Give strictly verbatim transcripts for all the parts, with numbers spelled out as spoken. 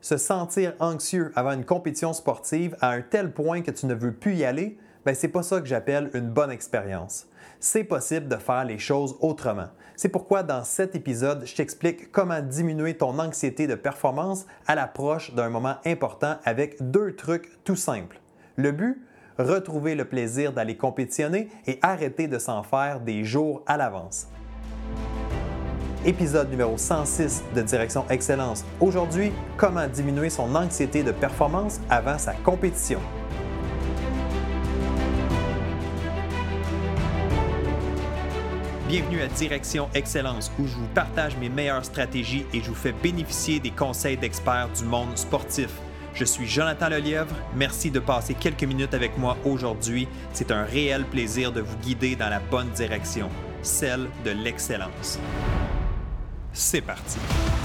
Se sentir anxieux avant une compétition sportive à un tel point que tu ne veux plus y aller, ben c'est pas ça que j'appelle une bonne expérience. C'est possible de faire les choses autrement. C'est pourquoi dans cet épisode, je t'explique comment diminuer ton anxiété de performance à l'approche d'un moment important avec deux trucs tout simples. Le but, retrouver le plaisir d'aller compétitionner et arrêter de s'en faire des jours à l'avance. Épisode numéro cent six de Direction Excellence. Aujourd'hui, comment diminuer son anxiété de performance avant sa compétition. Bienvenue à Direction Excellence où je vous partage mes meilleures stratégies et je vous fais bénéficier des conseils d'experts du monde sportif. Je suis Jonathan Lelièvre. Merci de passer quelques minutes avec moi aujourd'hui. C'est un réel plaisir de vous guider dans la bonne direction, celle de l'excellence. C'est parti!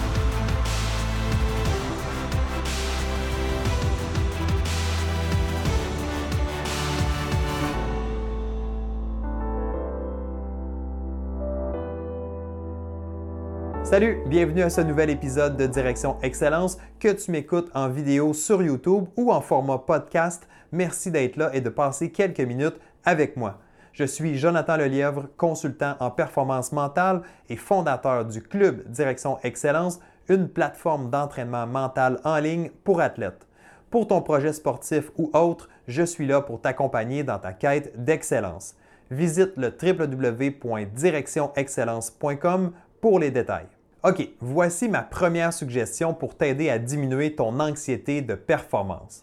Salut, bienvenue à ce nouvel épisode de Direction Excellence, que tu m'écoutes en vidéo sur YouTube ou en format podcast. Merci d'être là et de passer quelques minutes avec moi. Je suis Jonathan Lelièvre, consultant en performance mentale et fondateur du Club Direction Excellence, une plateforme d'entraînement mental en ligne pour athlètes. Pour ton projet sportif ou autre, je suis là pour t'accompagner dans ta quête d'excellence. Visite le w w w point direction excellence point com pour les détails. OK, voici ma première suggestion pour t'aider à diminuer ton anxiété de performance.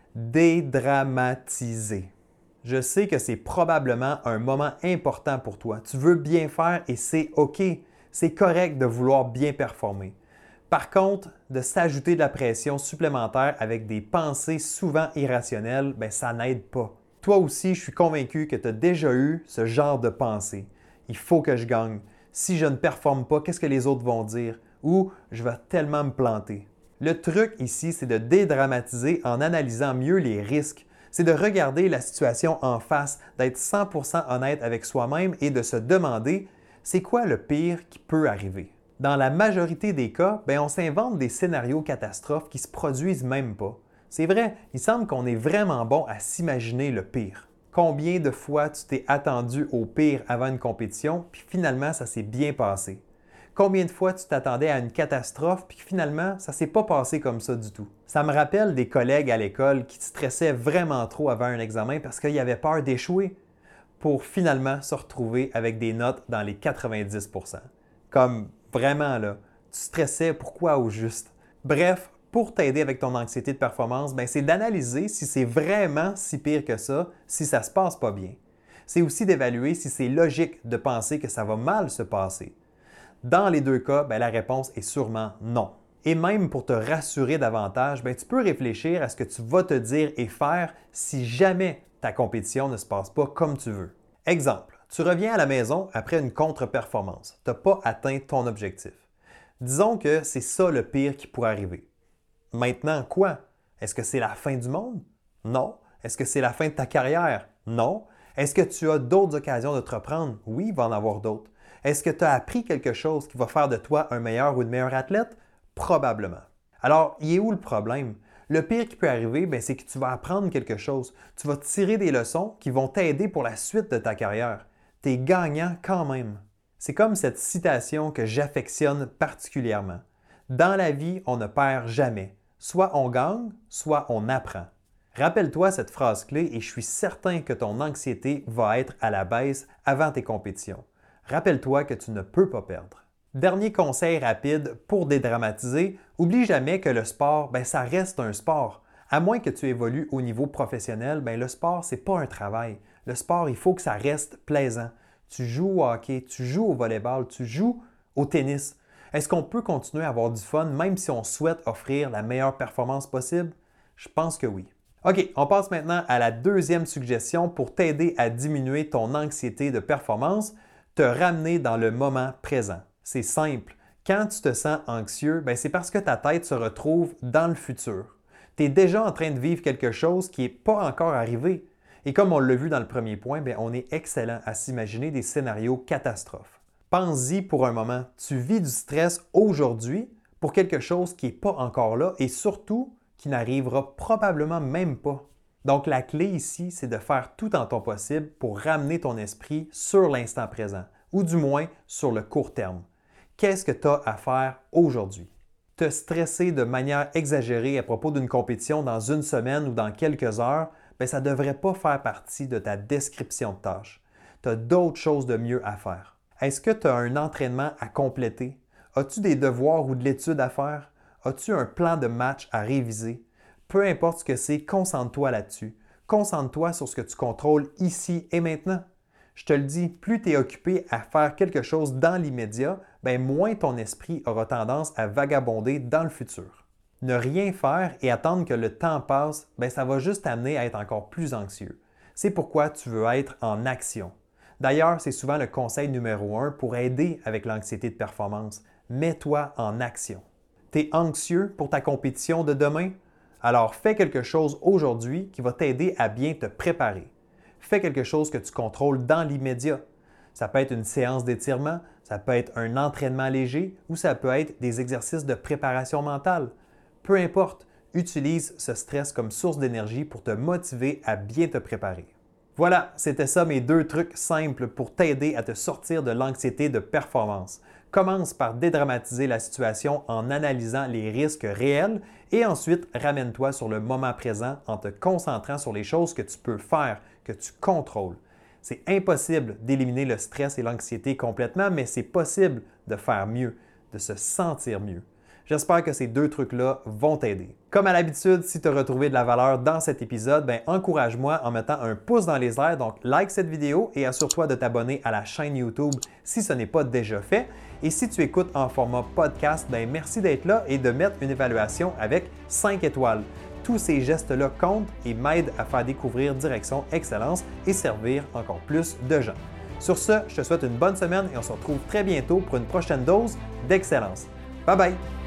Dédramatiser. Je sais que c'est probablement un moment important pour toi. Tu veux bien faire et c'est OK. C'est correct de vouloir bien performer. Par contre, de s'ajouter de la pression supplémentaire avec des pensées souvent irrationnelles, bien, ça n'aide pas. Toi aussi, je suis convaincu que tu as déjà eu ce genre de pensée. Il faut que je gagne. Si je ne performe pas, qu'est-ce que les autres vont dire? Ou je vais tellement me planter. Le truc ici, c'est de dédramatiser en analysant mieux les risques. C'est de regarder la situation en face, d'être cent pour cent honnête avec soi-même et de se demander c'est quoi le pire qui peut arriver. Dans la majorité des cas, bien, on s'invente des scénarios catastrophes qui ne se produisent même pas. C'est vrai, il semble qu'on est vraiment bon à s'imaginer le pire. Combien de fois tu t'es attendu au pire avant une compétition, puis finalement ça s'est bien passé? Combien de fois tu t'attendais à une catastrophe, puis finalement, ça ne s'est pas passé comme ça du tout? Ça me rappelle des collègues à l'école qui stressaient vraiment trop avant un examen parce qu'ils avaient peur d'échouer pour finalement se retrouver avec des notes dans les quatre-vingt-dix pour cent. Comme vraiment là, tu stressais pourquoi au juste? Bref, pour t'aider avec ton anxiété de performance, ben, c'est d'analyser si c'est vraiment si pire que ça, si ça ne se passe pas bien. C'est aussi d'évaluer si c'est logique de penser que ça va mal se passer. Dans les deux cas, bien, la réponse est sûrement non. Et même pour te rassurer davantage, bien, tu peux réfléchir à ce que tu vas te dire et faire si jamais ta compétition ne se passe pas comme tu veux. Exemple, tu reviens à la maison après une contre-performance. Tu n'as pas atteint ton objectif. Disons que c'est ça le pire qui pourrait arriver. Maintenant, quoi? Est-ce que c'est la fin du monde? Non. Est-ce que c'est la fin de ta carrière? Non. Est-ce que tu as d'autres occasions de te reprendre? Oui, il va en avoir d'autres. Est-ce que tu as appris quelque chose qui va faire de toi un meilleur ou une meilleure athlète? Probablement. Alors, il est où le problème? Le pire qui peut arriver, bien, c'est que tu vas apprendre quelque chose. Tu vas tirer des leçons qui vont t'aider pour la suite de ta carrière. Tu es gagnant quand même. C'est comme cette citation que j'affectionne particulièrement. Dans la vie, on ne perd jamais. Soit on gagne, soit on apprend. Rappelle-toi cette phrase clé et je suis certain que ton anxiété va être à la baisse avant tes compétitions. Rappelle-toi que tu ne peux pas perdre. Dernier conseil rapide pour dédramatiser, oublie jamais que le sport, ben, ça reste un sport. À moins que tu évolues au niveau professionnel, ben, le sport, ce n'est pas un travail. Le sport, il faut que ça reste plaisant. Tu joues au hockey, tu joues au volleyball, tu joues au tennis. Est-ce qu'on peut continuer à avoir du fun même si on souhaite offrir la meilleure performance possible? Je pense que oui. OK, on passe maintenant à la deuxième suggestion pour t'aider à diminuer ton anxiété de performance, te ramener dans le moment présent. C'est simple. Quand tu te sens anxieux, ben c'est parce que ta tête se retrouve dans le futur. Tu es déjà en train de vivre quelque chose qui n'est pas encore arrivé. Et comme on l'a vu dans le premier point, bien, on est excellent à s'imaginer des scénarios catastrophes. Pense-y pour un moment. Tu vis du stress aujourd'hui pour quelque chose qui n'est pas encore là et surtout qui n'arrivera probablement même pas. Donc la clé ici, c'est de faire tout en ton possible pour ramener ton esprit sur l'instant présent, ou du moins sur le court terme. Qu'est-ce que tu as à faire aujourd'hui? Te stresser de manière exagérée à propos d'une compétition dans une semaine ou dans quelques heures, bien, ça ne devrait pas faire partie de ta description de tâche. Tu as d'autres choses de mieux à faire. Est-ce que tu as un entraînement à compléter? As-tu des devoirs ou de l'étude à faire? As-tu un plan de match à réviser? Peu importe ce que c'est, concentre-toi là-dessus. Concentre-toi sur ce que tu contrôles ici et maintenant. Je te le dis, plus tu es occupé à faire quelque chose dans l'immédiat, bien moins ton esprit aura tendance à vagabonder dans le futur. Ne rien faire et attendre que le temps passe, bien ça va juste t'amener à être encore plus anxieux. C'est pourquoi tu veux être en action. D'ailleurs, c'est souvent le conseil numéro un pour aider avec l'anxiété de performance. Mets-toi en action. Tu es anxieux pour ta compétition de demain? Alors fais quelque chose aujourd'hui qui va t'aider à bien te préparer. Fais quelque chose que tu contrôles dans l'immédiat. Ça peut être une séance d'étirement, ça peut être un entraînement léger ou ça peut être des exercices de préparation mentale. Peu importe, utilise ce stress comme source d'énergie pour te motiver à bien te préparer. Voilà, c'était ça mes deux trucs simples pour t'aider à te sortir de l'anxiété de performance. Commence par dédramatiser la situation en analysant les risques réels et ensuite ramène-toi sur le moment présent en te concentrant sur les choses que tu peux faire, que tu contrôles. C'est impossible d'éliminer le stress et l'anxiété complètement, mais c'est possible de faire mieux, de se sentir mieux. J'espère que ces deux trucs-là vont t'aider. Comme à l'habitude, si tu as retrouvé de la valeur dans cet épisode, ben encourage-moi en mettant un pouce dans les airs, donc like cette vidéo et assure-toi de t'abonner à la chaîne YouTube si ce n'est pas déjà fait. Et si tu écoutes en format podcast, ben merci d'être là et de mettre une évaluation avec cinq étoiles. Tous ces gestes-là comptent et m'aident à faire découvrir Direction Excellence et servir encore plus de gens. Sur ce, je te souhaite une bonne semaine et on se retrouve très bientôt pour une prochaine dose d'excellence. Bye bye!